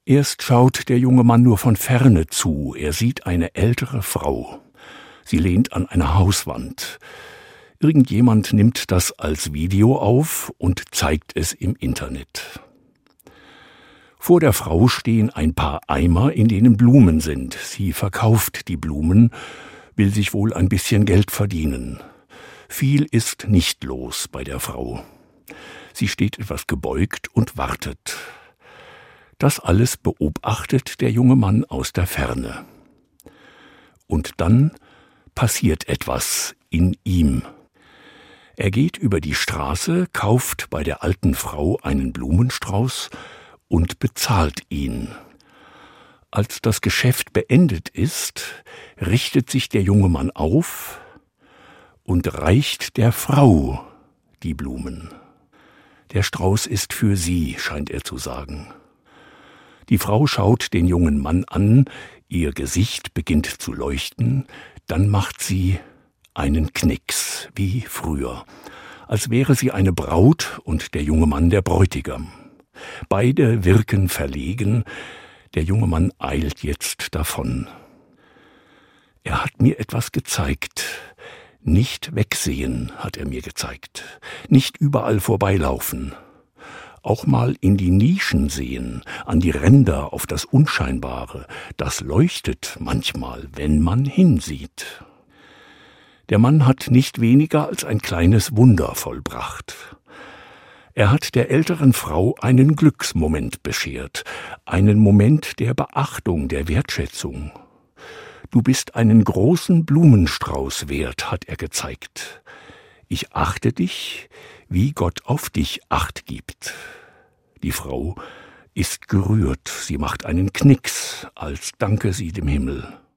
Erst schaut der junge Mann nur von ferne zu. Er sieht eine ältere Frau. Sie lehnt an einer Hauswand. Irgendjemand nimmt das als Video auf und zeigt es im Internet. Vor der Frau stehen ein paar Eimer, in denen Blumen sind. Sie verkauft die Blumen, will sich wohl ein bisschen Geld verdienen. Viel ist nicht los bei der Frau. Sie steht etwas gebeugt und wartet. Das alles beobachtet der junge Mann aus der Ferne. Und dann passiert etwas in ihm. Er geht über die Straße, kauft bei der alten Frau einen Blumenstrauß und bezahlt ihn. Als das Geschäft beendet ist, richtet sich der junge Mann auf und reicht der Frau die Blumen. Der Strauß ist für sie, scheint er zu sagen. Die Frau schaut den jungen Mann an, ihr Gesicht beginnt zu leuchten, dann macht sie einen Knicks, wie früher, als wäre sie eine Braut und der junge Mann der Bräutigam. Beide wirken verlegen, der junge Mann eilt jetzt davon. Er hat mir etwas gezeigt. Nicht wegsehen, hat er mir gezeigt. Nicht überall vorbeilaufen. Auch mal in die Nischen sehen, an die Ränder, auf das Unscheinbare. Das leuchtet manchmal, wenn man hinsieht. Der Mann hat nicht weniger als ein kleines Wunder vollbracht. Er hat der älteren Frau einen Glücksmoment beschert, einen Moment der Beachtung, der Wertschätzung. Du bist einen großen Blumenstrauß wert, hat er gezeigt. Ich achte dich, wie Gott auf dich Acht gibt. Die Frau ist gerührt, sie macht einen Knicks, als danke sie dem Himmel.